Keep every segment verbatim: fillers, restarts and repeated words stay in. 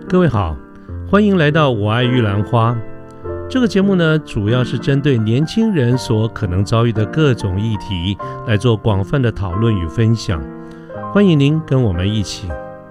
各位好，欢迎来到我爱玉兰花。这个节目呢，主要是针对年轻人所可能遭遇的各种议题来做广泛的讨论与分享。欢迎您跟我们一起。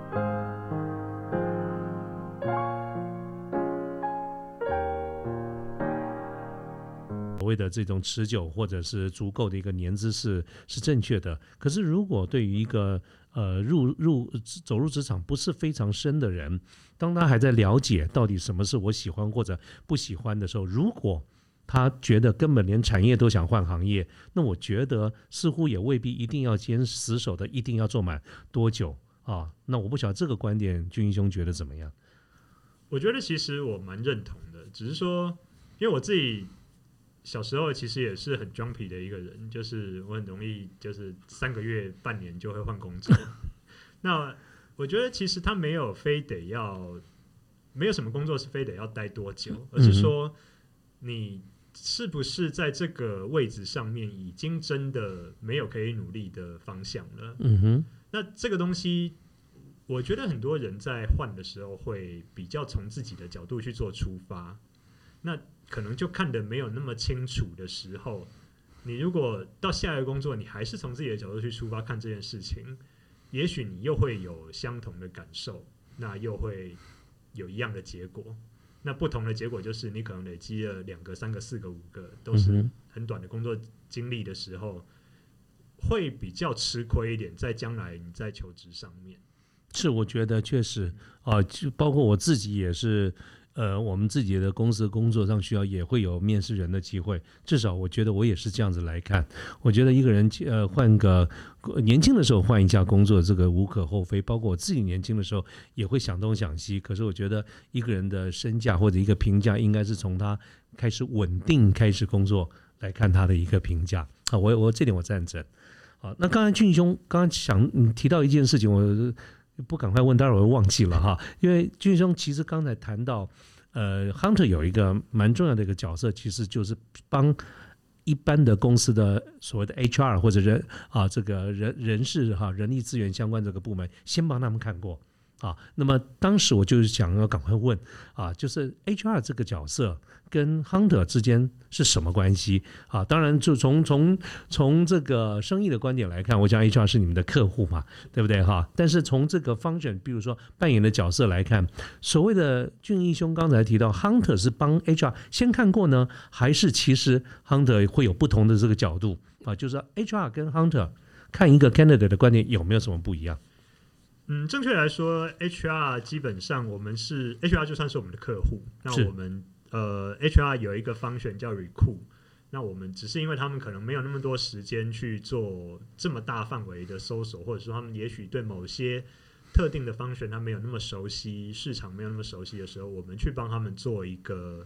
所谓的这种持久或者是足够的一个年资是是正确的，可是如果对于一个呃入入走入职场不是非常深的人，当他还在了解到底什么是我喜欢或者不喜欢的时候，如果他觉得根本连产业都想换行业，那我觉得似乎也未必一定要坚死守的一定要做满多久啊？那我不晓得这个观点，俊逸兄觉得怎么样？ 我觉得其实我蛮认同的，只是说，因为我自己小时候其实也是很 jumpy 的一个人，就是我很容易就是三个月、半年就会换工作。那我觉得其实他没有非得要，没有什么工作是非得要待多久，而是说你是不是在这个位置上面已经真的没有可以努力的方向了。 嗯哼， 那这个东西，我觉得很多人在换的时候会比较从自己的角度去做出发，那可能就看得没有那么清楚的时候，你如果到下一个工作，你还是从自己的角度去出发看这件事情，也许你又会有相同的感受，那又会有一样的结果。那不同的结果就是你可能累积了两个、三个、四个、五个都是很短的工作经历的时候，会比较吃亏一点，在将来你在求职上面。 是，我觉得确实啊，就包括我自己也是。呃，我们自己的公司工作上需要也会有面试人的机会，至少我觉得我也是这样子来看。我觉得一个人呃换个年轻的时候换一家工作，这个无可厚非。包括我自己年轻的时候也会想东想西。可是我觉得一个人的身价或者一个评价，应该是从他开始稳定开始工作来看他的一个评价啊。我我这点我赞成。好，那刚才俊兄刚刚想你提到一件事情，我不赶快问，待会儿我忘记了哈。因为俊兄其实刚才谈到。呃 ，Hunter 有一个蛮重要的一个角色，其实就是帮一般的公司的所谓的 H R 或者人啊，这个人人事哈、啊、人力资源相关这个部门，先帮他们看过啊。那么当时我就是想要赶快问啊，就是 H R 这个角色跟 Hunter 之间是什么关系啊？当然，就从从从这个生意的观点来看，我想 H R 是你们的客户嘛，对不对哈？但是从这个 function， 比如说扮演的角色来看，所谓的俊逸兄刚才提到 Hunter 是帮 H R 先看过呢，还是其实 Hunter 会有不同的这个角度啊？就是 H R 跟 Hunter 看一个 candidate 的观点有没有什么不一样？ 嗯，正确来说 ，H R 基本上我们是 H R 就算是我们的客户，那我们呃 H R 有一个function叫 recruit， 那我们只是因为他们可能没有那么多时间去做这么大范围的搜索，或者说他们也许对某些特定的function他没有那么熟悉，市场没有那么熟悉的时候，我们去帮他们做一个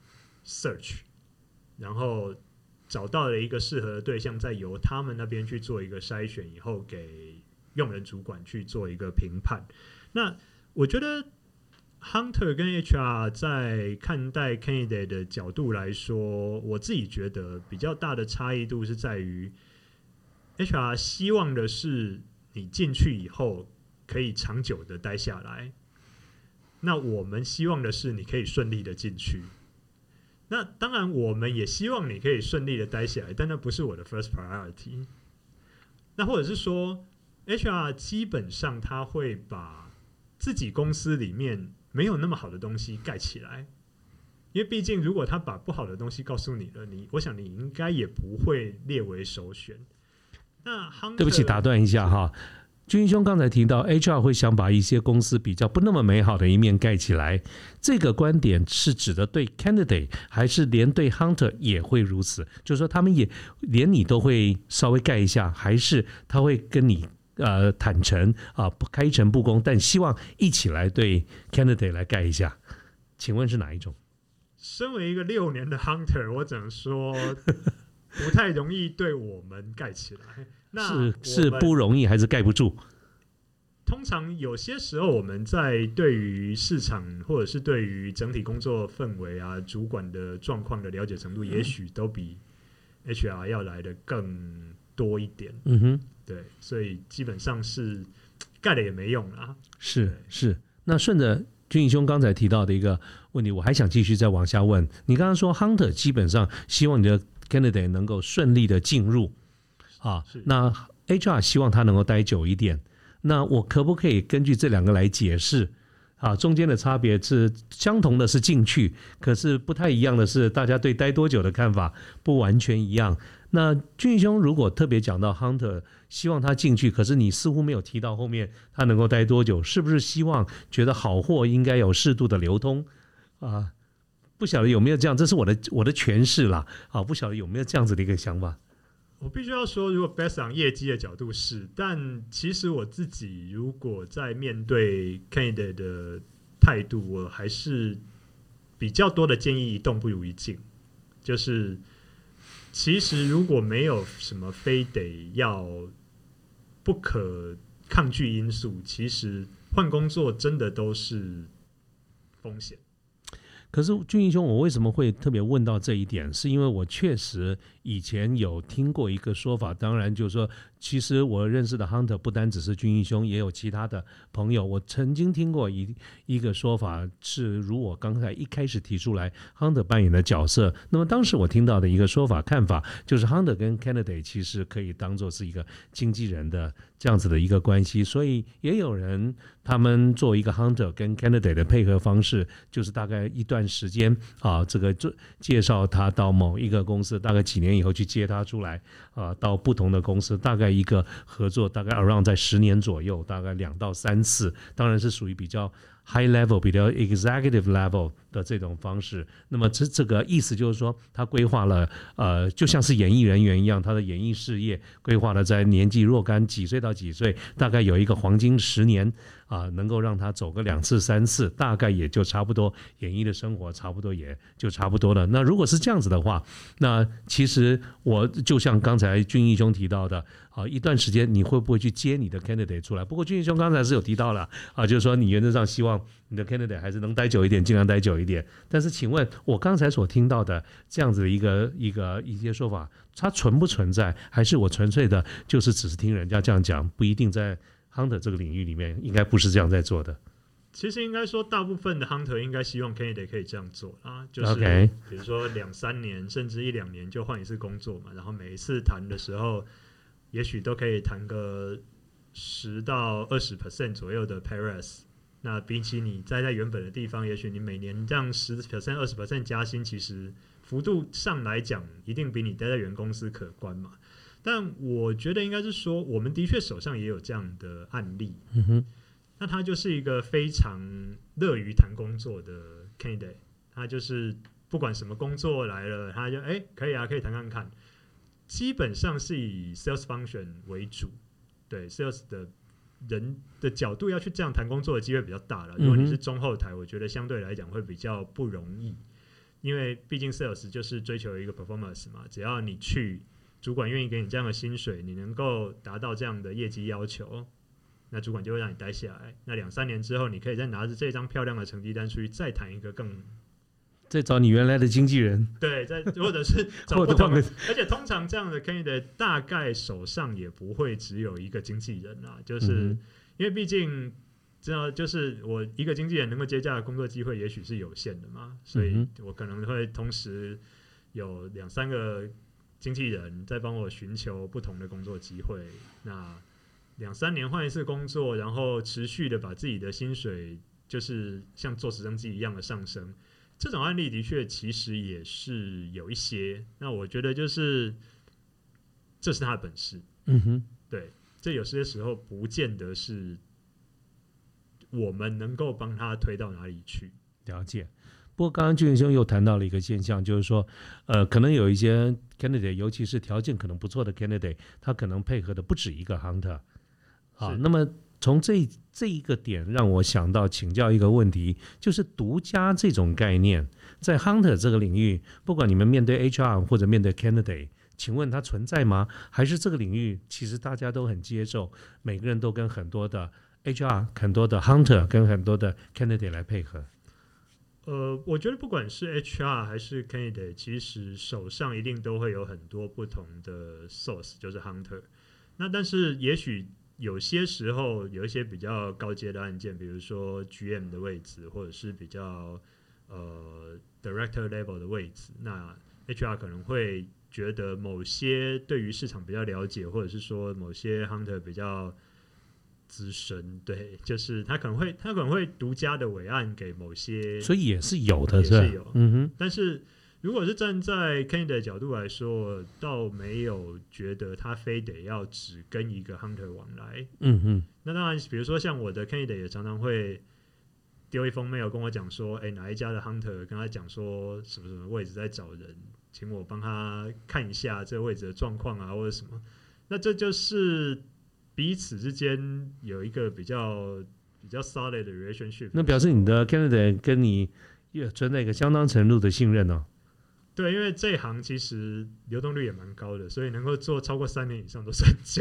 search， 然后找到了一个适合的对象，再由他们那边去做一个筛选，以后给用人主管去做一个评判。那我觉得 Hunter 跟 H R 在看待 candidate 的角度来说，我自己觉得比较大的差异度是在于 H R 希望的是你进去以后可以长久的待下来，那我们希望的是你可以顺利的进去。那当然我们也希望你可以顺利的待下来，但那不是我的 first priority。 那或者是说H R 基本上他会把自己公司里面没有那么好的东西盖起来，因为毕竟如果他把不好的东西告诉你了，你我想你应该也不会列为首选。那对不起，打断一下哈，俊逸兄刚才提到 H R 会想把一些公司比较不那么美好的一面盖起来，这个观点是指的对 candidate 还是连对 Hunter 也会如此？就是说他们也连你都会稍微盖一下，还是他会跟你呃坦诚啊、呃、开诚布公，但希望一起来对 candidate 来盖一下？请问是哪一种？ 身为一个六年的 Hunter， 我只能说不太容易对我们盖起来。那是是不容易还是盖不住？ 通常有些时候我们在对于市场或者是对于整体工作氛围啊、主管的状况的了解程度，也许都比 H R 要来的更多一点。 嗯哼， 对，所以基本上是盖了也没用啦。 是是，那顺着俊义兄刚才提到的一个问题，我还想继续再往下问。你刚刚说 Hunter 基本上希望你的 candidate 能够顺利的进入啊，那 H R 希望他能够待久一点。那我可不可以根据这两个来解释？啊，中间的差别是相同的是进去，可是不太一样的是，大家对待多久的看法不完全一样。那俊兄如果特别讲到 Hunter 希望他进去，可是你似乎没有提到后面他能够待多久，是不是希望觉得好货应该有适度的流通啊？不晓得有没有这样，这是我的我的诠释啦。啊，不晓得有没有这样子的一个想法。 我必须要说，如果 based on 业绩的角度是，但其实我自己如果在面对 candidate 的态度，我还是比较多的建议一动不如一静。就是其实如果没有什么非得要不可抗拒因素，其实换工作真的都是风险。 可是俊义兄，我为什么会特别问到这一点？是因为我确实以前有听过一个说法，当然就是说，其实我认识的 Hunter 不单只是俊义兄，也有其他的朋友。我曾经听过一一个说法，是如我刚才一开始提出来 Hunter 扮演的角色。那么当时我听到的一个说法看法，就是 Hunter 跟 candidate 其实可以当作是一个经纪人的这样子的一个关系。所以也有人他们做一个 Hunter 跟 candidate 的配合方式，就是大概一段时间啊，这个介绍他到某一个公司，大概几年以后去接他出来啊，到不同的公司，大概一个合作大概 around 在十年左右，大概两到三次，当然是属于比较 high level 比较 executive level 的这种方式。那么这这个意思就是说，他规划了呃，就像是演艺人员一样，他的演艺事业规划了在年纪若干几岁到几岁，大概有一个黄金十年啊，能够让他走个两次三次，大概也就差不多，演艺的生活差不多也就差不多了。那如果是这样子的话，那其实我就像刚才俊义兄提到的啊，一段时间你会不会去接你的 candidate 出来？不过俊义兄刚才是有提到了啊，就是说你原则上希望你的 candidate 还是能待久一点，尽量待久一点。但是请问我刚才所听到的这样子的一个一个一些说法，它存不存在？还是我纯粹的就是只是听人家这样讲，不一定在 Hunter 这个领域里面应该不是这样在做的？ 其实应该说，大部分的 Hunter 应该希望 candidate 可以这样做啊，就是 okay. 比如说两三年甚至一两年就换一次工作嘛，然后每一次谈的时候，也许都可以谈个十到二十 percent 左右的 pay raise。那比起你待在原本的地方，也许你每年这样十 percent、二十 percent 加薪，其实幅度上来讲，一定比你待在原公司可观嘛。但我觉得应该是说，我们的确手上也有这样的案例。 嗯哼， 那他就是一个非常乐于谈工作的 candidate， 他就是不管什么工作来了，他就哎、欸、可以啊，可以谈看看。基本上是以 sales function 为主，对 sales 的人的角度要去这样谈工作的机会比较大了。如果你是中后台，我觉得相对来讲会比较不容易，因为毕竟 sales 就是追求一个 performance 嘛，只要你去，主管愿意给你这样的薪水，你能够达到这样的业绩要求，那主管就会让你待下来。那两三年之后，你可以再拿着这张漂亮的成绩单出去，再谈一个更， 再找你原来的经纪人， 对，再或者是找不同的，而且通常这样的 candidate 大概手上也不会只有一个经纪人啊，就是、嗯、因为毕竟知道，就是我一个经纪人能够接洽的工作机会也许是有限的嘛，所以我可能会同时有两三个经纪人在帮我寻求不同的工作机会。那两三年换一次工作，然后持续的把自己的薪水就是像做直升机一样的上升，这种案例的确其实也是有一些。那我觉得就是这是他的本事， 嗯哼， 对，这有些时候不见得是我们能够帮他推到哪里去。 了解。不过刚刚俊兄又谈到了一个现象，就是说，呃，可能有一些 candidate， 尤其是条件可能不错的 candidate， 他可能配合的不止一个 hunter。好，那么从这这一个点让我想到请教一个问题，就是独家这种概念在 hunter 这个领域，不管你们面对 H R 或者面对 candidate， 请问它存在吗？还是这个领域其实大家都很接受，每个人都跟很多的 H R、很多的 hunter 跟很多的 candidate 来配合？ 呃，我觉得不管是 H R 还是 candidate， 其实手上一定都会有很多不同的 source， 就是 hunter。那但是也许有些时候有一些比较高阶的案件，比如说 G M 的位置，或者是比较呃 Director level 的位置，那 H R 可能会觉得某些对于市场比较了解，或者是说某些 Hunter 比较资深，对，就是他可能会他可能会独家的委案给某些， 所以也是有的， 也是有， 嗯哼。 但是如果是站在 Candidate 的角度来说，倒没有觉得他非得要只跟一个 Hunter 往来。 嗯哼。 那当然，比如说像我的 Candidate 也常常会丢一封 mail 跟我讲说，哎、欸，哪一家的 Hunter 跟他讲说什么什么位置在找人，请我帮他看一下这个位置的状况啊，或者什么。那这就是彼此之间有一个比较比较 solid 的 relationship。 那表示你的 Candidate 跟你也存在一个相当程度的信任哦。 对，因为这一行其实流动率也蛮高的，所以能够做超过三年以上都是很久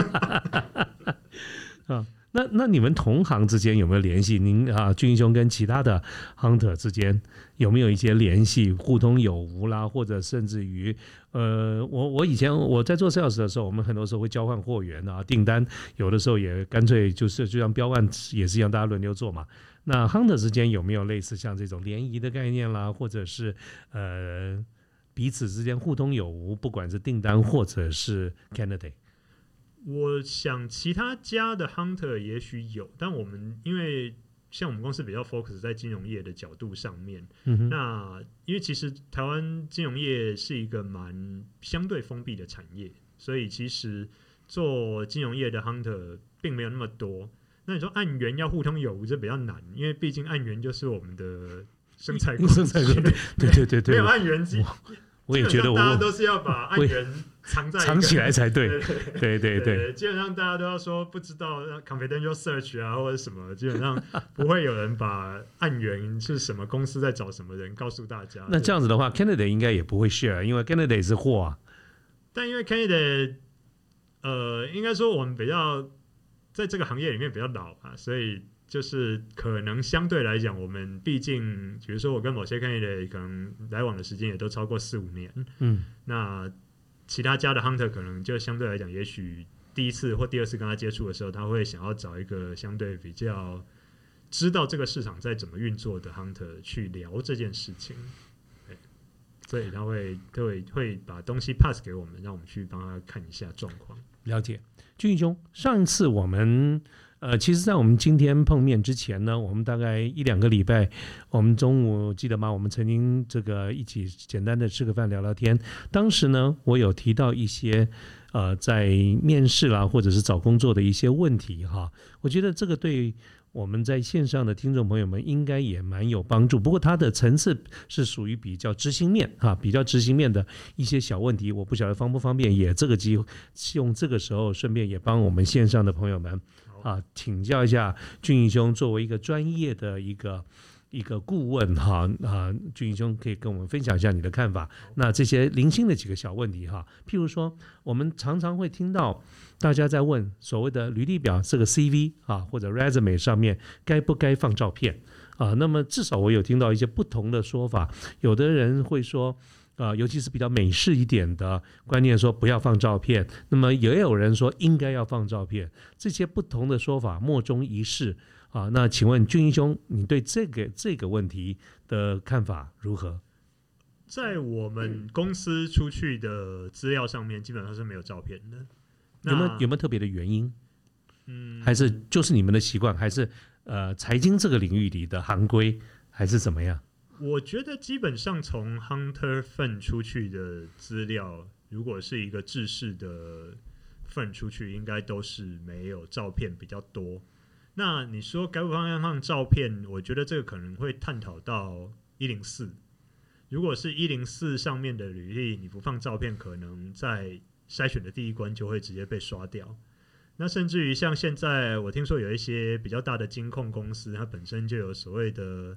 啊。那那你们同行之间有没有联系？您啊，俊逸兄跟其他的 Hunter 之间有没有一些联系，互通有无啦？或者甚至于，呃，我我以前我在做 sales 的时候，我们很多时候会交换货源啊，订单有的时候也干脆就是就像标案也是一样，大家轮流做嘛。那 Hunter 之间有没有类似像这种联谊的概念啦，或者是呃彼此之间互通有无，不管是订单或者是 candidate？ 我想其他家的 Hunter 也许有，但我们因为像我们公司比较 focus 在金融业的角度上面， 嗯、 那因为其实台湾金融业是一个蛮相对封闭的产业，所以其实做金融业的 Hunter 并没有那么多。那你说案源要互通有无，这比较难，因为毕竟案源就是我们的生财工具， 对对对对， 没有案源机， 我也觉得我大家都是要把案源藏在藏起来才对， 对对对对， 基本上大家都要说不知道 confidential search 啊或者什么，基本上不会有人把案源是什么公司在找什么人告诉大家。 那这样子的话 ，candidate 应该也不会 share， 因为 candidate 是货啊。 但因为 candidate， 呃，应该说我们比较在这个行业里面比较老啊，所以就是可能相对来讲，我们毕竟，比如说我跟某些 candidate 可能来往的时间也都超过四五年， 嗯， 那其他家的 hunter 可能就相对来讲，也许第一次或第二次跟他接触的时候，他会想要找一个相对比较知道这个市场在怎么运作的 hunter 去聊这件事情，所以他会会会把东西 pass 给我们，让我们去帮他看一下状况。 了解，俊逸兄，上一次我们呃，其实，在我们今天碰面之前呢，我们大概一两个礼拜，我们中午记得吗？我们曾经这个一起简单的吃个饭聊聊天。当时呢，我有提到一些呃，在面试啦，或者是找工作的一些问题哈。我觉得这个对我们在线上的听众朋友们应该也蛮有帮助。不过它的层次是属于比较执行面哈，比较执行面的一些小问题，我不晓得方不方便，也这个机会用这个时候顺便也帮我们线上的朋友们啊请教一下俊逸兄，作为一个专业的一个一个顾问哈啊，俊逸兄可以跟我们分享一下你的看法。那这些零星的几个小问题哈，譬如说我们常常会听到大家在问所谓的履历表这个 C V 啊或者 resume 上面该不该放照片啊？那么至少我有听到一些不同的说法，有的人会说。呃，尤其是比较美式一点的观念，说不要放照片。那么也有人说应该要放照片。这些不同的说法，莫衷一是啊。那请问俊逸兄，你对这个这个问题的看法如何？ 在我们公司出去的资料上面，基本上是没有照片的。 有没有有没有特别的原因？ 嗯， 还是就是你们的习惯，还是呃财经这个领域里的行规，还是怎么样？ 我觉得基本上从 Hunter 份出去的资料，如果是一个制式的份出去，应该都是没有照片比较多。那你说该不该放照片？我觉得这个可能会探讨到一零四。如果是一零四上面的履历，你不放照片，可能在筛选的第一关就会直接被刷掉。那甚至于像现在，我听说有一些比较大的金控公司，它本身就有所谓的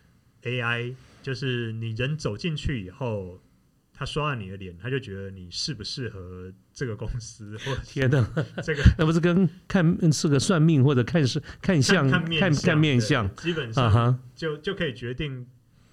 A I， 就是你人走进去以后，他刷了你的脸，他就觉得你适不适合这个公司，或者天哪， 这个那不是跟看是个算命或者看是看相看看面相， 看面相， 基本上就、uh-huh. 就可以决定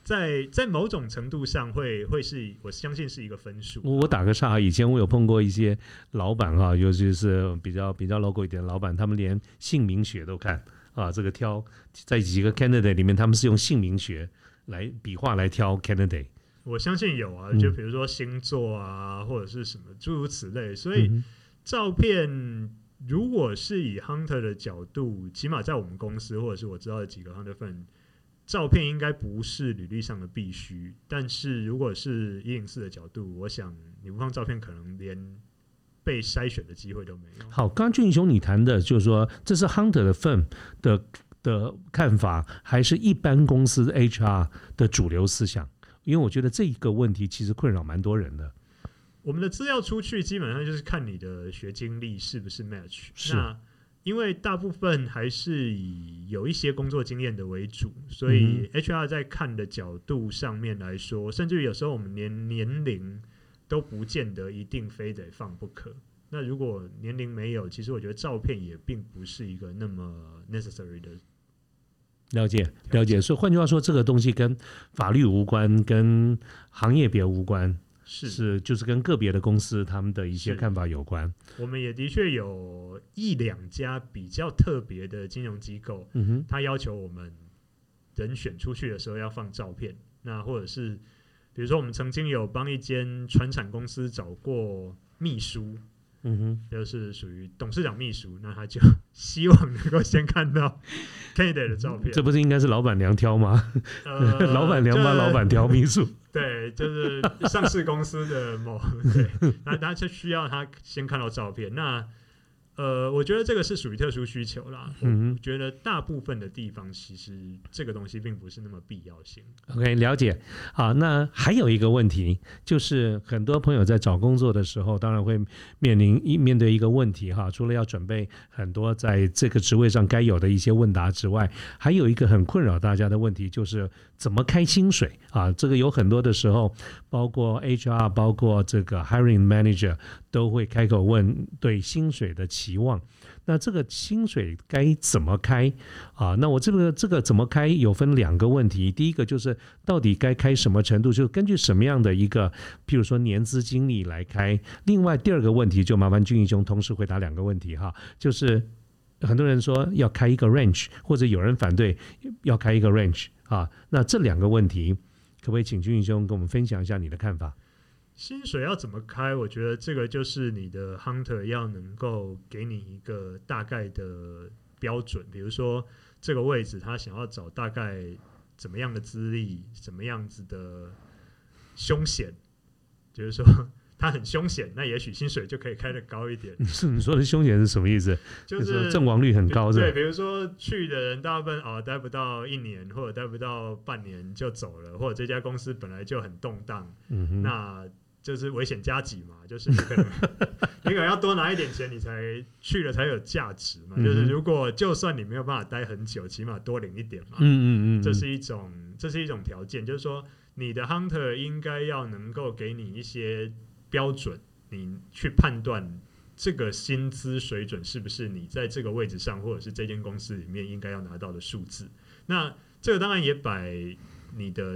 在在某种程度上会会是我相信是一个分数。 我打个岔，以前我有碰过一些老板哈，尤其是比较比较 local 一点的老板，他们连姓名学都看啊。这个挑在几个 candidate 里面，他们是用姓名学来笔画来挑 candidate。 我相信有啊，就比如说星座啊，或者是什么诸如此类。所以照片如果是以 hunter 的角度，起码在我们公司或者是我知道的几个 hunter friend。照片应该不是履历上的必须，但是如果是一零四的角度，我想你不放照片，可能连被筛选的机会都没有。 好，刚刚俊雄你谈的就是说，这是 Hunter 的 firm 的的看法，还是一般公司的 H R 的主流思想？因为我觉得这一个问题其实困扰蛮多人的。 我们的资料出去，基本上就是看你的学经历是不是 match。 是。 那因为大部分还是以有一些工作经验的为主，所以 H R 在看的角度上面来说，甚至于有时候我们连年龄都不见得一定非得放不可。那如果年龄没有，其实我觉得照片也并不是一个那么 necessary 的。 了解，了解。所以换句话说，这个东西跟法律无关，跟行业别无关。 是, 是就是跟个别的公司他们的一些看法有关。 我们也的确有一两家比较特别的金融机构，嗯哼，他要求我们人选出去的时候要放照片。那或者是比如说我们曾经有帮一间传产公司找过秘书，嗯哼，就是属于董事长秘书，那他就希望能够先看到 candidate 的照片。 这不是应该是老板娘挑吗？呃、老板娘帮老板挑秘书。 对，就是上市公司的某对，那他就需要他先看到照片。那呃，我觉得这个是属于特殊需求啦。嗯，我觉得大部分的地方其实这个东西并不是那么必要性。 OK， 了解。好，那还有一个问题，就是很多朋友在找工作的时候，当然会面临面对一个问题哈，除了要准备很多在这个职位上该有的一些问答之外，还有一个很困扰大家的问题，就是怎么开薪水啊？这个有很多的时候，包括 H R， 包括这个 hiring manager 都会开口问对薪水的期望。那这个薪水该怎么开啊？那我这个这个怎么开有分两个问题，第一个就是到底该开什么程度，就根据什么样的一个譬如说年资经历来开。另外第二个问题就麻烦俊义兄同时回答两个问题哈，就是很多人说要开一个 range， 或者有人反对要开一个 range 啊。那这两个问题可不可以请俊义兄跟我们分享一下你的看法？ 薪水要怎么开，我觉得这个就是你的 hunter 要能够给你一个大概的标准。比如说这个位置他想要找大概怎么样的资历，怎么样子的凶险，就是说他很凶险，那也许薪水就可以开得高一点。 你说的凶险是什么意思？ 就是阵亡率很高是吧？ 对，比如说去的人大部分哦待不到一年，或者待不到半年就走了，或者这家公司本来就很动荡，嗯，那就是危险加急嘛，就是你可能你可能要多拿一点钱，你才去了才有价值嘛。嗯、就是如果就算你没有办法待很久，起码多领一点嘛。嗯嗯嗯，这是一种这是一种条件，就是说你的 hunter 应该要能够给你一些标准，你去判断这个薪资水准是不是你在这个位置上，或者是这间公司里面应该要拿到的数字。那这个当然也摆你的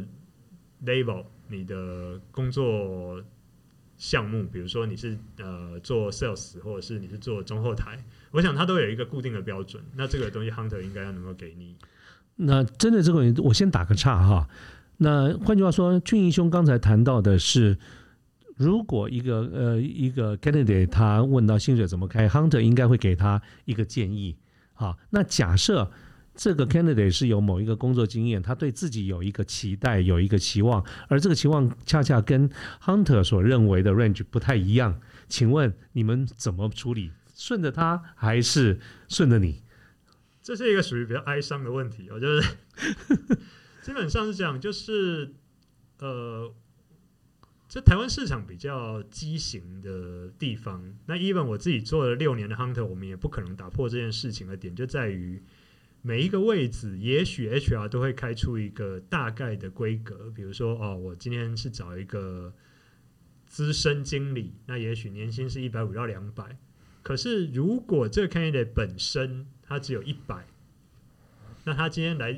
level， 你的工作项目，比如说你是呃做 sales， 或者是你是做中后台，我想它都有一个固定的标准。那这个东西 hunter 应该要能够给你。 那针对这个，我先打个岔哈。那换句话说，俊义兄刚才谈到的是，如果一个呃一个 candidate 他问到薪水怎么开 ，hunter 应该会给他一个建议。好，那假设这个 candidate 是有某一个工作经验，他对自己有一个期待，有一个期望，而这个期望恰恰跟 hunter 所认为的 range 不太一样，请问你们怎么处理？顺着他还是顺着你？ 这是一个属于比较哀伤的问题，我觉得基本上是这样，就是呃，这台湾市场比较畸形的地方。那 even 我自己做了六年的 hunter， 我们也不可能打破这件事情的点就在于。每一个位置，也许 H R 都会开出一个大概的规格，比如说，哦，我今天是找一个资深经理，那也许年薪是一百五到两百。可是如果这个 candidate 本身他只有一百，那他今天来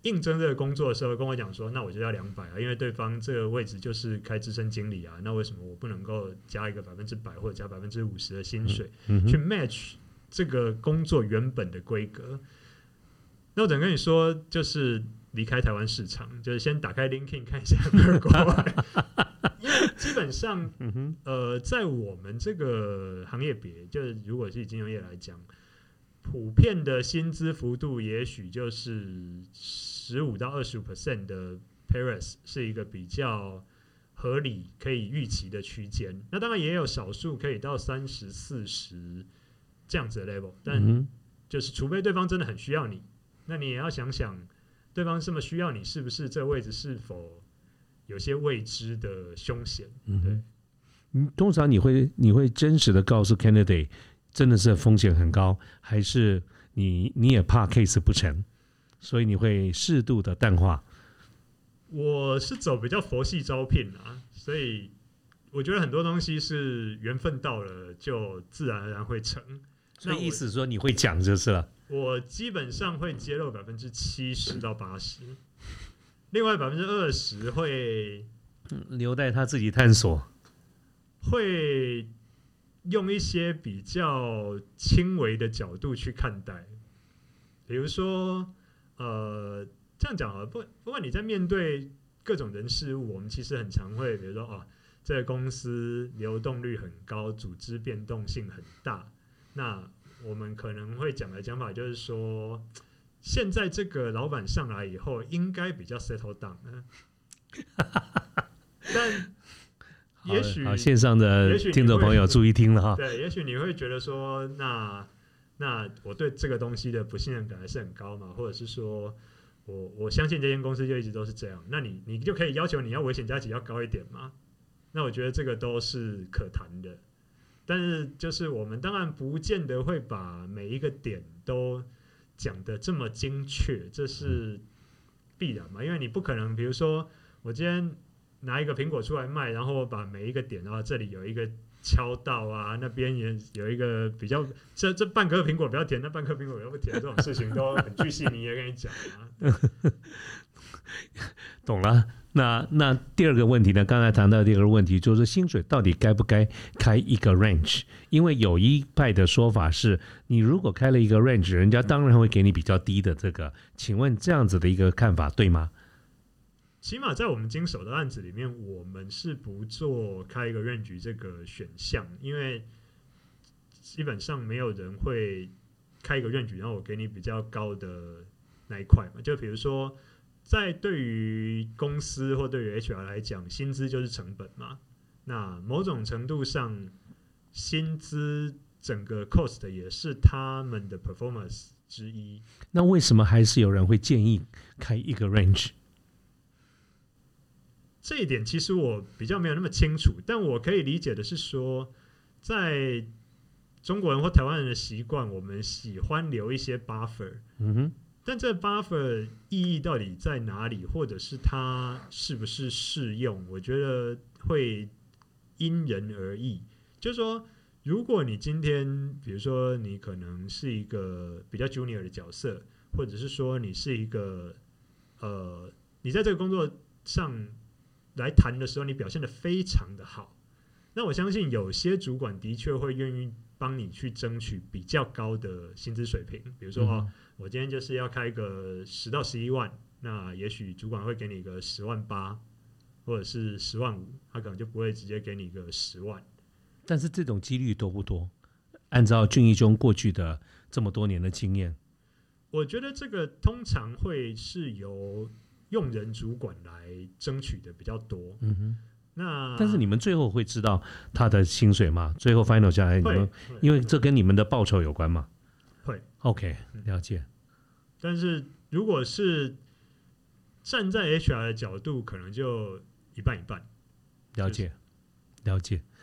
应征这个工作的时候跟我讲说，那我就要两百啊，因为对方这个位置就是开资深经理啊，那为什么我不能够加一个百分之百或者加百分之五十的薪水、嗯嗯、去 match 这个工作原本的规格？那我只能跟你说，就是离开台湾市场，就是先打开 LinkedIn 看一下国外，因为基本上，呃，在我们这个行业别，就是如果是以金融业来讲。普遍的薪资幅度也许就是十五到二十五 percent 的 pay raise 是一个比较合理可以预期的区间。那当然也有少数可以到三十、四十这样子的 level， 但就是除非对方真的很需要你，那你也要想想，对方这么需要你，是不是这个位置是否有些未知的凶险？对， 嗯，通常你会你会真实的告诉 candidate。真的是风险很高，还是你你也怕 case 不成，所以你会适度的淡化？ 我是走比较佛系招聘啊，所以我觉得很多东西是缘分到了就自然而然会成。 所以意思说你会讲就是了。 我基本上会揭露百分之七十到八十，另外百分之二十会留待他自己探索， 会。用一些比较轻微的角度去看待，比如说，呃，这样讲啊，不不管你在面对各种人事物，我们其实很常会，比如说啊，这个公司流动率很高，组织变动性很大，那我们可能会讲的讲法就是说，现在这个老板上来以后，应该比较 settle down， 但。也许好，线上的听众朋友注意听了哈。 对，也许你会觉得说，那那我对这个东西的不信任感还是很高嘛，或者是说我我相信这间公司就一直都是这样，那你你就可以要求你要危险加级要高一点嘛？那我觉得这个都是可谈的，但是就是我们当然不见得会把每一个点都讲得这么精确，这是必然嘛，因为你不可能，比如说我今天。拿一个苹果出来卖，然后我把每一个点，然后这里有一个敲到啊，那边也有一个比较，这这半颗苹果比较甜，那半颗苹果比较不甜，这种事情都很巨细靡遗跟你讲啊。 懂了。那那第二个问题呢？刚才谈到的第二个问题就是薪水到底该不该开一个 range？ 因为有一派的说法是，你如果开了一个 range， 人家当然会给你比较低的这个。请问这样子的一个看法对吗？ 起码在我们经手的案子里面，我们是不做开一个 range 这个选项，因为基本上没有人会开一个 range， 然后我给你比较高的那一块嘛。就比如说，在对于公司或对于 H R 来讲，薪资就是成本嘛。那某种程度上，薪资整个 cost 也是他们的 performance 之一。 那为什么还是有人会建议开一个 range？ 这一点其实我比较没有那么清楚，但我可以理解的是说，在中国人或台湾人的习惯，我们喜欢留一些 buffer，嗯哼，但这 buffer 意义到底在哪里，或者是它是不是适用，我觉得会因人而异。就是说，如果你今天，比如说你可能是一个比较 junior 的角色，或者是说你是一个呃，你在这个工作上来谈的时候，你表现得非常的好，那我相信有些主管的确会愿意帮你去争取比较高的薪资水平。比如说、嗯哦、我今天就是要开个十到十一万，那也许主管会给你个十万八，或者是十万五，他可能就不会直接给你个十万。 但是这种几率多不多？按照俊逸兄过去的这么多年的经验， 我觉得这个通常会是由用人主管来争取的比较多。嗯哼，那但是你们最后会知道他的薪水吗？最后 final 下来，你们因为这跟你们的报酬有关吗？ 会 ，OK， 了解、嗯。 但是如果是站在 H R 的角度，可能就一半一半。 了解，了解。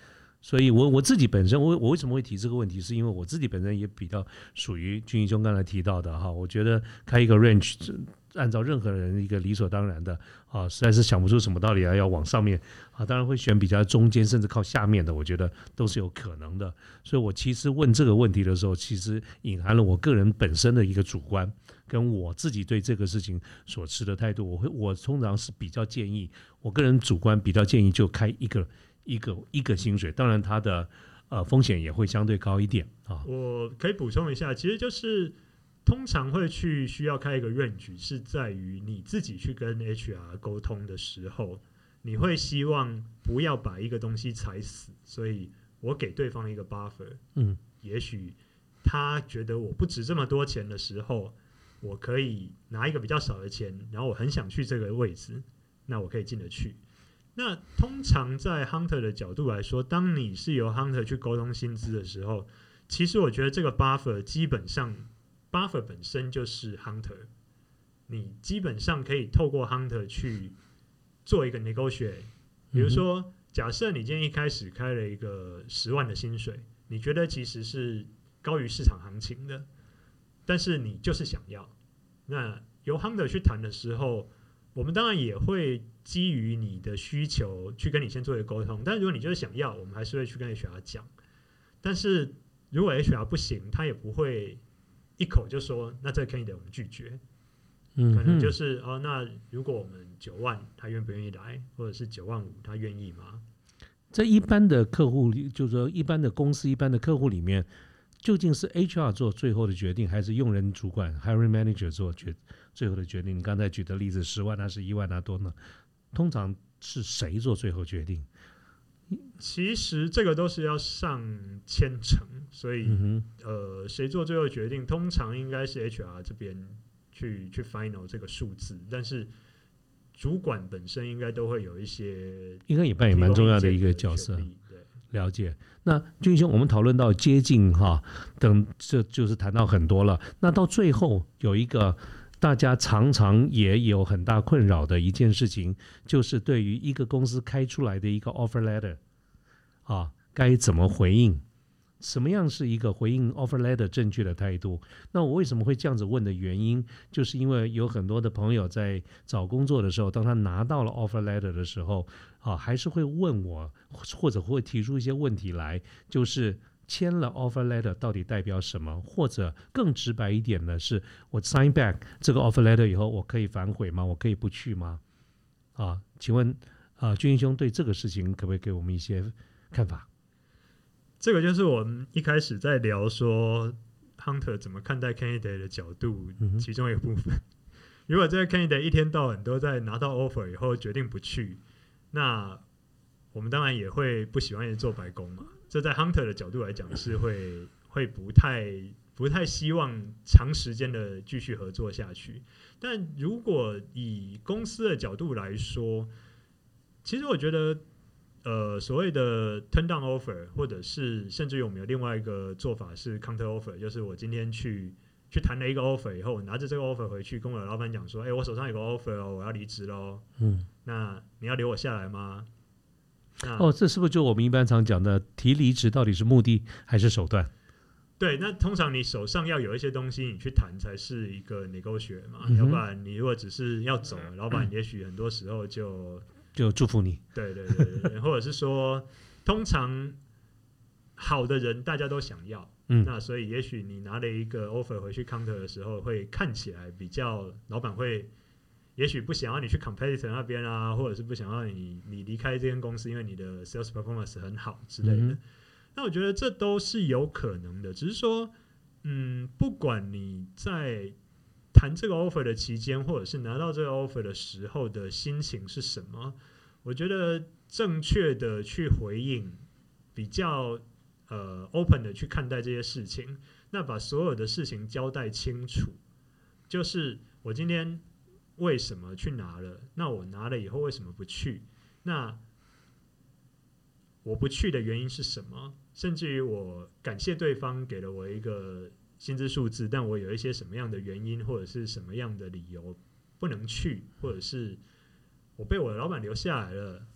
所以我我自己本身，我我为什么会提这个问题，是因为我自己本身也比较属于俊逸兄刚才提到的哈，我觉得开一个 range，按照任何人一个理所当然的啊，实在是想不出什么道理来要往上面啊，当然会选比较中间甚至靠下面的，我觉得都是有可能的。所以我其实问这个问题的时候，其实隐含了我个人本身的一个主观，跟我自己对这个事情所持的态度。我会我通常是比较建议，我个人主观比较建议就开一个。一个一个薪水，当然它的呃风险也会相对高一点啊。 我可以补充一下，其实就是通常会去需要开一个 range， 是在于你自己去跟 H R 沟通的时候，你会希望不要把一个东西踩死，所以我给对方一个 buffer， 嗯，也许他觉得我不值这么多钱的时候，我可以拿一个比较少的钱，然后我很想去这个位置，那我可以进得去。那通常在 Hunter 的角度来说，当你是由 Hunter 去沟通薪资的时候，其实我觉得这个 buffer 基本上 buffer 本身就是 Hunter， 你基本上可以透过 Hunter 去做一个 negotiate。比如说，假设你今天一开始开了一个十万的薪水，你觉得其实是高于市场行情的，但是你就是想要，那由 Hunter 去谈的时候，我们当然也会基于你的需求去跟你先做一个沟通，但如果你就是想要，我们还是会去跟 H R 讲。但是如果 H R 不行，他也不会一口就说那这个 candidate 我们拒绝，嗯，可能就是哦，那如果我们九万他愿不愿意来，或者是九万五他愿意吗？ 在一般的客户，就是说一般的公司、一般的客户里面，究竟是 H R 做最后的决定，还是用人主管 hiring manager 做决最后的决定？你刚才举的例子，十万还是一万啊多呢？通常是谁做最后决定？ 其实这个都是要上千层，所以、嗯、呃，谁做最后决定，通常应该是 H R 这边去去 final 这个数字，但是主管本身应该都会有一些， 应该也扮演蛮重要的一个角色。了解。那俊兄，我们讨论到接近哈，等这就是谈到很多了。那到最后有一个大家常常也有很大困扰的一件事情，就是对于一个公司开出来的一个 offer letter 啊，该怎么回应？什么样是一个回应 offer letter 正确的态度？那我为什么会这样子问的原因，就是因为有很多的朋友在找工作的时候，当他拿到了 offer letter 的时候，啊，还是会问我，或者会提出一些问题来，就是签了 offer letter 到底代表什么？或者更直白一点的是，我 sign back 这个 offer letter 以后，我可以反悔吗？我可以不去吗？啊，请问啊，俊英兄对这个事情可不可以给我们一些看法？ 这个就是我们一开始在聊说 Hunter 怎么看待 candidate 的角度，其中一个部分。如果这个 candidate 一天到晚都在拿到 offer 以后决定不去，那我们当然也会不喜欢一直做白工嘛。这在 Hunter 的角度来讲是会会不太不太希望长时间的继续合作下去。但如果以公司的角度来说，其实我觉得。呃，所谓的 turn down offer， 或者是甚至于我们有另外一个做法是 counter offer， 就是我今天去去谈了一个 offer 以后，我拿着这个 offer 回去跟我的老板讲说，哎、欸，我手上有个 offer 哦，我要离职喽，嗯，那你要留我下来吗？ 哦，这是不是就我们一般常讲的提离职到底是目的还是手段？ 对，那通常你手上要有一些东西，你去谈才是一个 negotiate 嘛，嗯、要不然你如果只是要走，老板也许很多时候就。 就祝福你， 对对对对，或者是说，通常好的人大家都想要，嗯，那所以也许你拿了一个 offer 回去 counter 的时候，会看起来比较老板会，也许不想要你去 competitor 那边啊，或者是不想要你你离开这间公司，因为你的 sales performance 很好之类的。嗯、那我觉得这都是有可能的，只是说，嗯，不管你在谈这个 offer 的期间，或者是拿到这个 offer 的时候的心情是什么？我觉得正确的去回应，比较呃 open 的去看待这些事情，那把所有的事情交代清楚，就是我今天为什么去拿了，那我拿了以后为什么不去？那我不去的原因是什么？甚至于我感谢对方给了我一个薪资数字，但我有一些什么样的原因或者是什么样的理由不能去，或者是我被我的老板留下来了，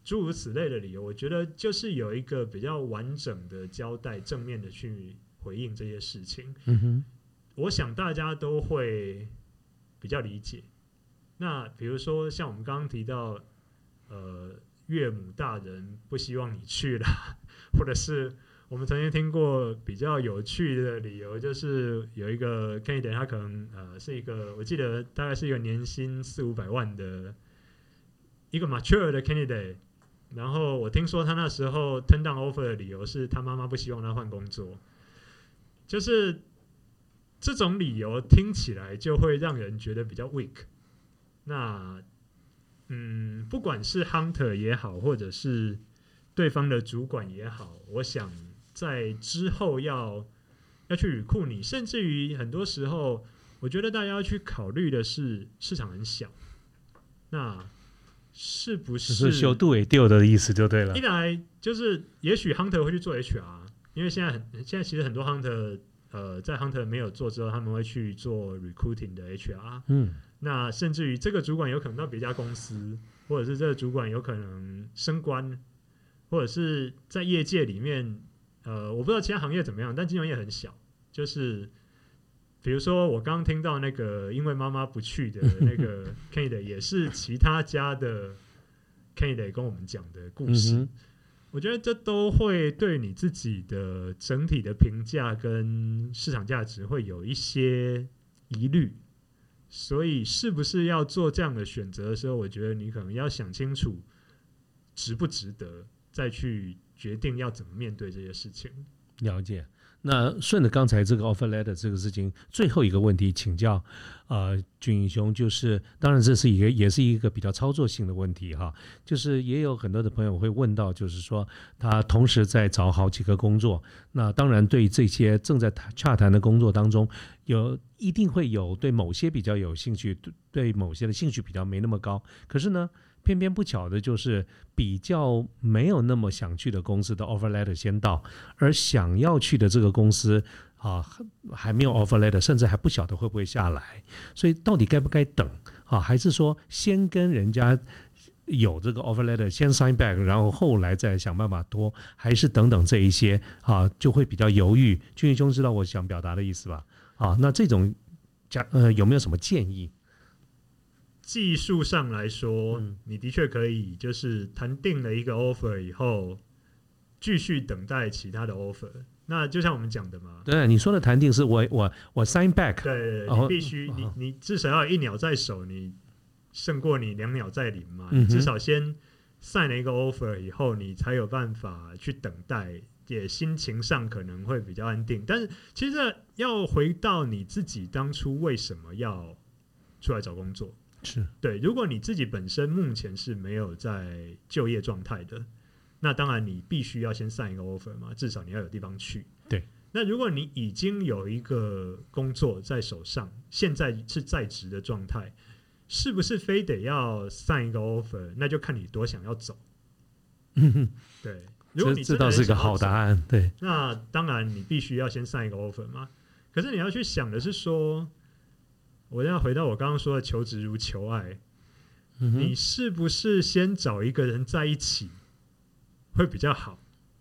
诸如此类的理由，我觉得就是有一个比较完整的交代，正面的去回应这些事情。 嗯哼， 我想大家都会比较理解。那比如说像我们刚刚提到，呃，岳母大人不希望你去啦，或者是我们曾经听过比较有趣的理由，就是有一个 candidate 他可能呃是一个，我记得大概是一个年薪四五百万的一个 mature 的 candidate， 然后我听说他那时候 turn down offer 的理由是他妈妈不希望他换工作，就是这种理由听起来就会让人觉得比较 weak。那嗯，不管是 hunter 也好，或者是对方的主管也好，我想在之后要要去 recruit 你，甚至于很多时候，我觉得大家要去考虑的是市场很小，那是不是是修度也丢的意思就对了。 一来就是也许 hunter 会去做 H R， 因为现在很现在其实很多 hunter 呃在 hunter 没有做之后，他们会去做 recruiting 的 H R， 嗯。那甚至于这个主管有可能到别家公司，或者是这个主管有可能升官，或者是在业界里面，呃，我不知道其他行业怎么样，但金融业很小。就是比如说我刚刚听到那个因为妈妈不去的那个 candidate， 也是其他家的 candidate 跟我们讲的故事。嗯，我觉得这都会对你自己的整体的评价跟市场价值会有一些疑虑。所以是不是要做这样的选择的时候，我觉得你可能要想清楚值不值得，再去决定要怎么面对这些事情。 了解。那顺着刚才这个 offer letter 这个事情，最后一个问题请教呃俊英兄，就是当然这是一个也是一个比较操作性的问题哈，就是也有很多的朋友会问到，就是说他同时在找好几个工作，那当然对这些正在洽谈的工作当中，有一定会有对某些比较有兴趣，对某些的兴趣比较没那么高，可是呢偏偏不巧的就是比较没有那么想去的公司的 offer letter 先到，而想要去的这个公司啊还没有 offer letter， 甚至还不晓得会不会下来，所以到底该不该等啊？还是说先跟人家有这个 offer letter 先 sign back， 然后后来再想办法拖，还是等等这一些啊就会比较犹豫？俊义兄知道我想表达的意思吧？啊，那这种呃有没有什么建议？ 技术上来说，嗯，你的确可以，就是谈定了一个 offer 以后，继续等待其他的 offer。那就像我们讲的嘛， 对，你说的谈定是我我我 sign back， 对，你必须，哦，你你至少要一鸟在手，你胜过你两鸟在林嘛。嗯，你至少先 sign 了一个 offer 以后，你才有办法去等待，也心情上可能会比较安定。但是其实要回到你自己当初为什么要出来找工作。 是对，如果你自己本身目前是没有在就业状态的，那当然你必须要先上一个 offer 嘛，至少你要有地方去。 对， 那如果你已经有一个工作在手上，现在是在职的状态，是不是非得要上一个 offer？ 那就看你多想要走。对，如果你这倒是个好答案。对， 那当然你必须要先上一个 offer 嘛。可是你要去想的是说，我要回到我刚刚说的求职如求爱，嗯，你是不是先找一个人在一起会比较好？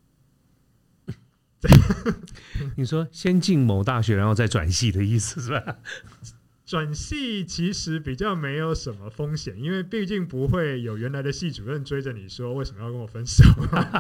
你说先进某大学然后再转系的意思是吧？ 转系其实比较没有什么风险，因为毕竟不会有原来的系主任追着你说为什么要跟我分手。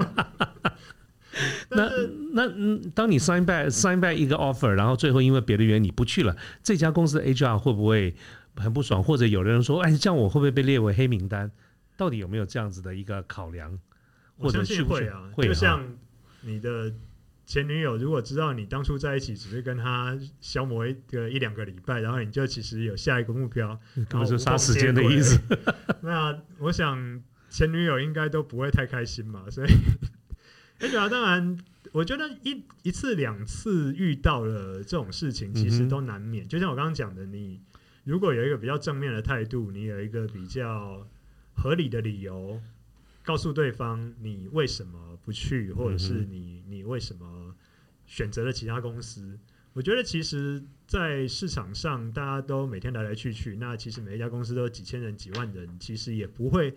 那那当你 sign back sign back 一个 offer， 然后最后因为别的原因你不去了，这家公司的 H R 会不会很不爽？或者有的人说，哎，这样我会不会被列为黑名单？到底有没有这样子的一个考量？ 我相信会啊， 会就像你的前女友，如果知道你当初在一起只是跟他消磨一个一两个礼拜，然后你就其实有下一个目标， 根本是杀时间的意思。 那我想前女友应该都不会太开心嘛，所以。H R 当然，我觉得一一次两次遇到了这种事情，其实都难免。嗯，就像我刚刚讲的，你如果有一个比较正面的态度，你有一个比较合理的理由，告诉对方你为什么不去，或者是你你为什么选择了其他公司。我觉得其实，在市场上大家都每天来来去去，那其实每一家公司都有几千人、几万人，其实也不会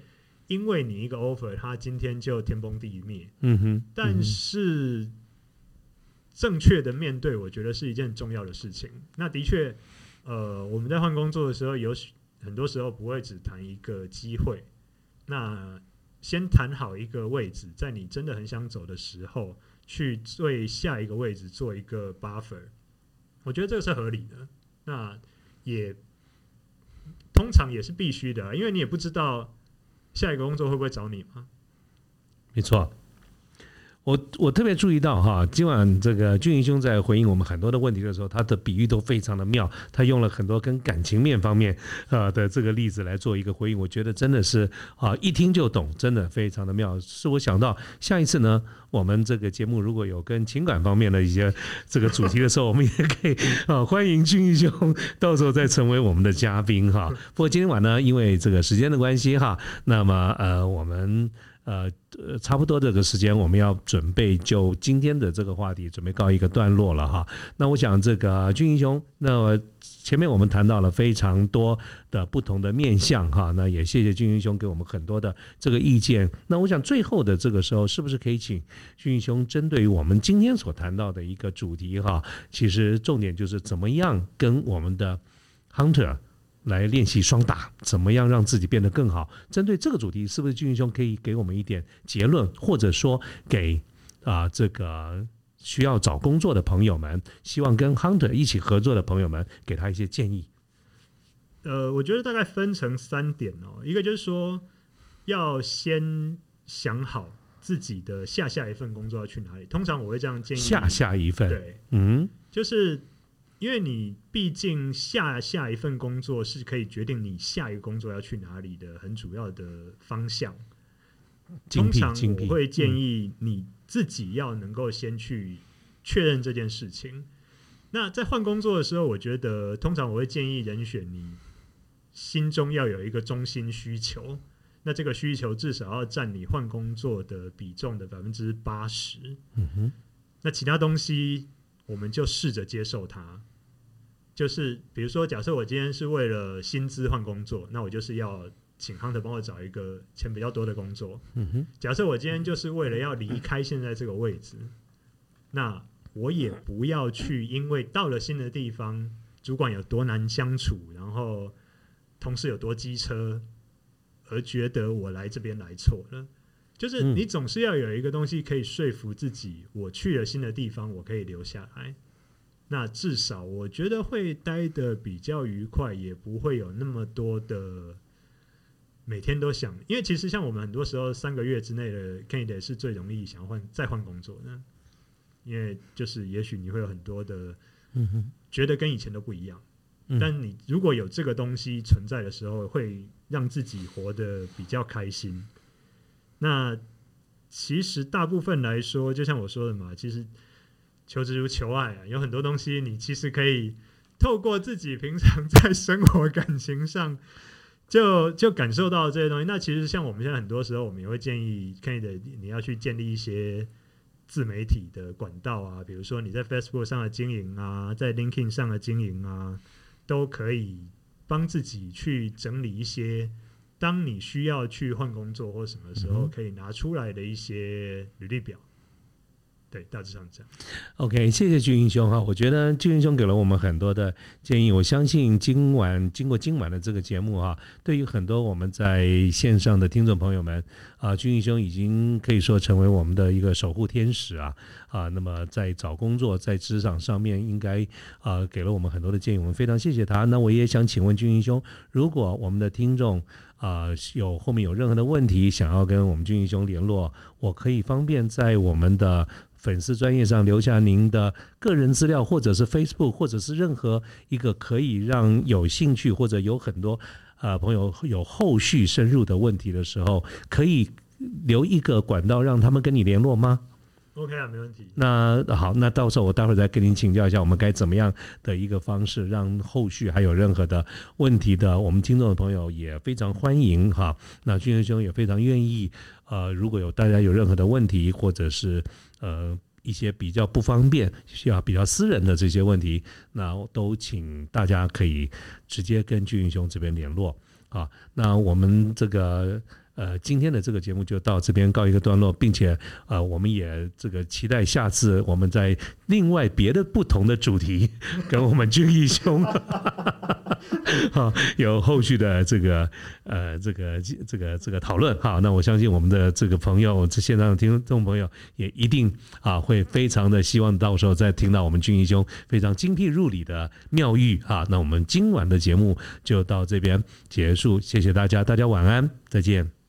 因为你一个 offer， 他今天就天崩地灭。 嗯哼， 但是正确的面对，我觉得是一件重要的事情。那的确，呃，我们在换工作的时候，有很多时候不会只谈一个机会，那先谈好一个位置，在你真的很想走的时候，去对下一个位置做一个 buffer， 我觉得这个是合理的。那也通常也是必须的，因为你也不知道下一个工作会不会找你嘛。 没错。我我特别注意到哈，今晚这个俊逸兄在回应我们很多的问题的时候，他的比喻都非常的妙，他用了很多跟感情面方面呃的这个例子来做一个回应，我觉得真的是啊一听就懂，真的非常的妙。是我想到下一次呢，我们这个节目如果有跟情感方面的一些这个主题的时候，我们也可以啊欢迎俊逸兄到时候再成为我们的嘉宾哈。不过今天晚呢，因为这个时间的关系哈，那么呃我们。呃，差不多这个时间，我们要准备就今天的这个话题准备告一个段落了哈。那我想这个俊逸兄，那前面我们谈到了非常多的不同的面向哈，那也谢谢俊逸兄给我们很多的这个意见。那我想最后的这个时候，是不是可以请俊逸兄针对于我们今天所谈到的一个主题哈，其实重点就是怎么样跟我们的 Hunter。来练习双打，怎么样让自己变得更好？针对这个主题，是不是俊逸兄可以给我们一点结论，或者说给啊、呃、这个需要找工作的朋友们，希望跟 Hunter 一起合作的朋友们，给他一些建议？ 呃，我觉得大概分成三点哦，一个就是说要先想好自己的下下一份工作要去哪里。通常我会这样建议， 下下一份， 对， 嗯， 就是。因为你毕竟下下一份工作是可以决定你下一个工作要去哪里的很主要的方向。通常我会建议你自己要能够先去确认这件事情。那在换工作的时候，我觉得通常我会建议人选你心中要有一个中心需求，那这个需求至少要占你换工作的比重的百分之八十。嗯哼，那其他东西。我们就试着接受它，就是比如说，假设我今天是为了薪资换工作，那我就是要请 Hunter 帮我找一个钱比较多的工作。嗯哼，假设我今天就是为了要离开现在这个位置，那我也不要去因为到了新的地方，主管有多难相处，然后同事有多机车，而觉得我来这边来错了。就是你总是要有一个东西可以说服自己，我去了新的地方，我可以留下来。那至少我觉得会待得比较愉快，也不会有那么多的每天都想。因为其实像我们很多时候三个月之内的 candidate 是最容易想要换再换工作的，因为就是也许你会有很多的觉得跟以前都不一样。但你如果有这个东西存在的时候，会让自己活得比较开心。那其实大部分来说，就像我说的嘛，其实求职如求爱啊，有很多东西你其实可以透过自己平常在生活感情上就就感受到这些东西。那其实像我们现在很多时候，我们也会建议 candidate 你要去建立一些自媒体的管道啊，比如说你在 Facebook 上的经营啊，在 LinkedIn 上的经营啊，都可以帮自己去整理一些。当你需要去换工作或什么时候可以拿出来的一些履历表，对，大致上这样。 OK， 谢谢俊逸兄哈，我觉得俊逸兄给了我们很多的建议，我相信今晚经过今晚的这个节目哈，对于很多我们在线上的听众朋友们啊，俊逸兄已经可以说成为我们的一个守护天使啊啊，那么在找工作在职场上面应该啊给了我们很多的建议，我们非常谢谢他。那我也想请问俊逸兄，如果我们的听众啊、呃，有后面有任何的问题想要跟我们俊逸兄联络，我可以方便在我们的粉丝专页上留下您的个人资料，或者是 Facebook， 或者是任何一个可以让有兴趣或者有很多呃朋友有后续深入的问题的时候，可以留一个管道让他们跟你联络吗 ？OK 啊，没问题。 那好，那到时候我待会儿再跟您请教一下，我们该怎么样的一个方式，让后续还有任何的问题的，我们听众的朋友也非常欢迎哈。那俊逸兄也非常愿意，呃，如果有大家有任何的问题，或者是呃一些比较不方便、需要比较私人的这些问题，那都请大家可以直接跟俊逸兄这边联络啊。那我们这个。 呃，今天的这个节目就到这边告一个段落，并且呃，我们也这个期待下次我们在另外别的不同的主题跟我们俊义兄好有后续的这个呃这个这个这个讨论哈。那我相信我们的这个朋友，这线上的听众朋友也一定啊会非常的希望到时候再听到我们俊义兄非常精辟入理的妙语啊。那我们今晚的节目就到这边结束，谢谢大家，大家晚安，再见。